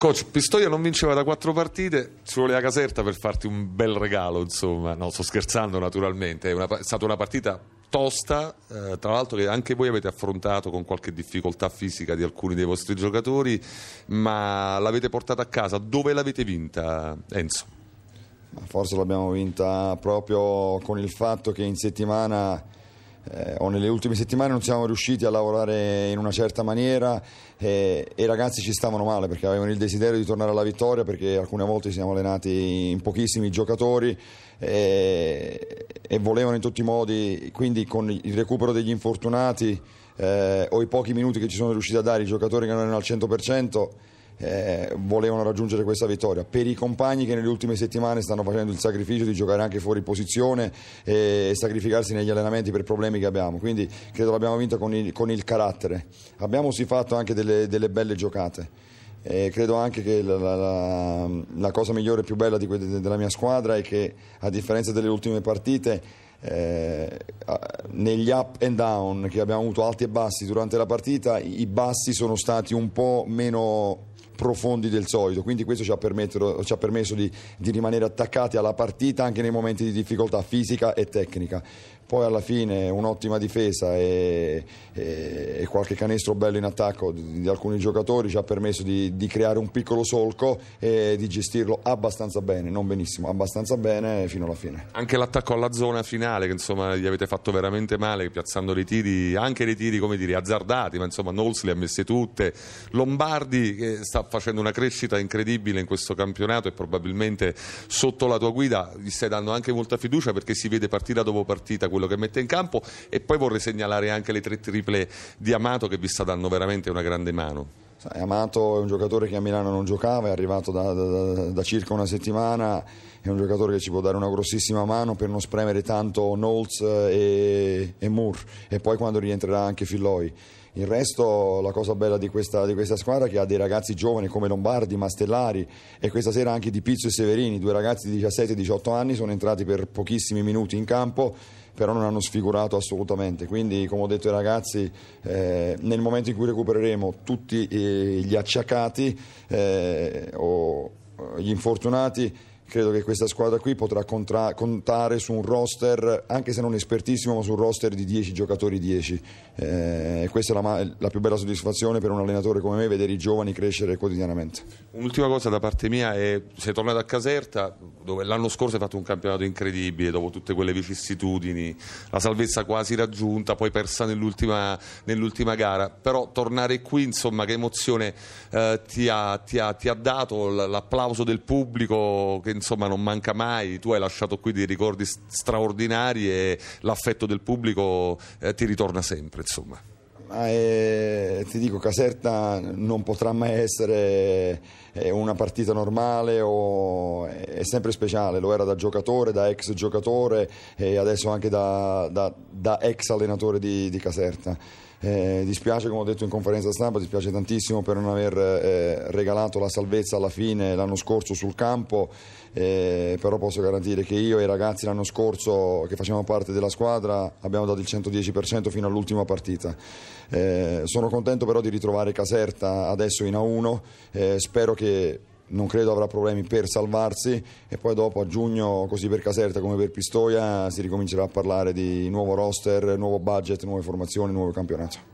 Coach, Pistoia non vinceva da 4 partite, ci voleva Caserta per farti un bel regalo, insomma. No, sto scherzando naturalmente, è stata una partita tosta, tra l'altro che anche voi avete affrontato con qualche difficoltà fisica di alcuni dei vostri giocatori, ma l'avete portata a casa. Dove l'avete vinta, Enzo? Forse l'abbiamo vinta proprio con il fatto che in settimana o nelle ultime settimane non siamo riusciti a lavorare in una certa maniera e i ragazzi ci stavano male perché avevano il desiderio di tornare alla vittoria, perché alcune volte ci siamo allenati in pochissimi giocatori e volevano in tutti i modi, quindi con il recupero degli infortunati o i pochi minuti che ci sono riusciti a dare i giocatori che non erano al 100%, volevano raggiungere questa vittoria. Per i compagni che nelle ultime settimane stanno facendo il sacrificio di giocare anche fuori posizione e sacrificarsi negli allenamenti per problemi che abbiamo, quindi credo l'abbiamo vinta con il carattere. Abbiamo sì fatto anche delle belle giocate. Credo anche che la cosa migliore e più bella della mia squadra è che, a differenza delle ultime partite, negli up and down che abbiamo avuto, alti e bassi durante la partita, i bassi sono stati un po' meno profondi del solito, quindi questo ci ha permesso di rimanere attaccati alla partita anche nei momenti di difficoltà fisica e tecnica. Poi alla fine un'ottima difesa e qualche canestro bello in attacco di alcuni giocatori ci ha permesso di creare un piccolo solco e di gestirlo abbastanza bene, non benissimo, abbastanza bene fino alla fine. Anche l'attacco alla zona finale, che insomma gli avete fatto veramente male, piazzando dei tiri, anche dei tiri come dire azzardati, ma insomma Knowles le ha messe tutte. Lombardi, che sta facendo una crescita incredibile in questo campionato e probabilmente sotto la tua guida gli stai dando anche molta fiducia, perché si vede partita dopo partita quello che mette in campo. E poi vorrei segnalare anche le 3 triple di Amato, che vi sta dando veramente una grande mano. Amato è un giocatore che a Milano non giocava, è arrivato da circa una settimana, è un giocatore che ci può dare una grossissima mano per non spremere tanto Knowles e Moore, e poi quando rientrerà anche Filloy. Il resto, la cosa bella di questa squadra è che ha dei ragazzi giovani come Lombardi, Mastellari e questa sera anche Di Pizzo e Severini, 2 ragazzi di 17 e 18 anni, sono entrati per pochissimi minuti in campo, però non hanno sfigurato assolutamente. Quindi, come ho detto ai ragazzi, nel momento in cui recupereremo tutti gli acciaccati o gli infortunati, credo che questa squadra qui potrà contare su un roster, anche se non espertissimo, ma su un roster di 10 giocatori 10. Questa è la più bella soddisfazione per un allenatore come me, vedere i giovani crescere quotidianamente. Un'ultima cosa da parte mia è: sei tornato a Caserta, dove l'anno scorso hai fatto un campionato incredibile, dopo tutte quelle vicissitudini, la salvezza quasi raggiunta, poi persa nell'ultima gara, però tornare qui, insomma, che emozione ti ha dato l'applauso del pubblico, che insomma non manca mai? Tu hai lasciato qui dei ricordi straordinari e l'affetto del pubblico ti ritorna sempre, insomma. Ti dico, Caserta non potrà mai essere una partita normale, è sempre speciale, lo era da giocatore, da ex giocatore e adesso anche da ex allenatore di Caserta. Dispiace, come ho detto in conferenza stampa, dispiace tantissimo per non aver regalato la salvezza alla fine l'anno scorso sul campo, però posso garantire che io e i ragazzi l'anno scorso che facevamo parte della squadra abbiamo dato il 110% fino all'ultima partita. Sono contento però di ritrovare Caserta adesso in A1, spero che, non credo avrà problemi per salvarsi, e poi dopo a giugno, così per Caserta come per Pistoia, si ricomincerà a parlare di nuovo roster, nuovo budget, nuove formazioni, nuovo campionato.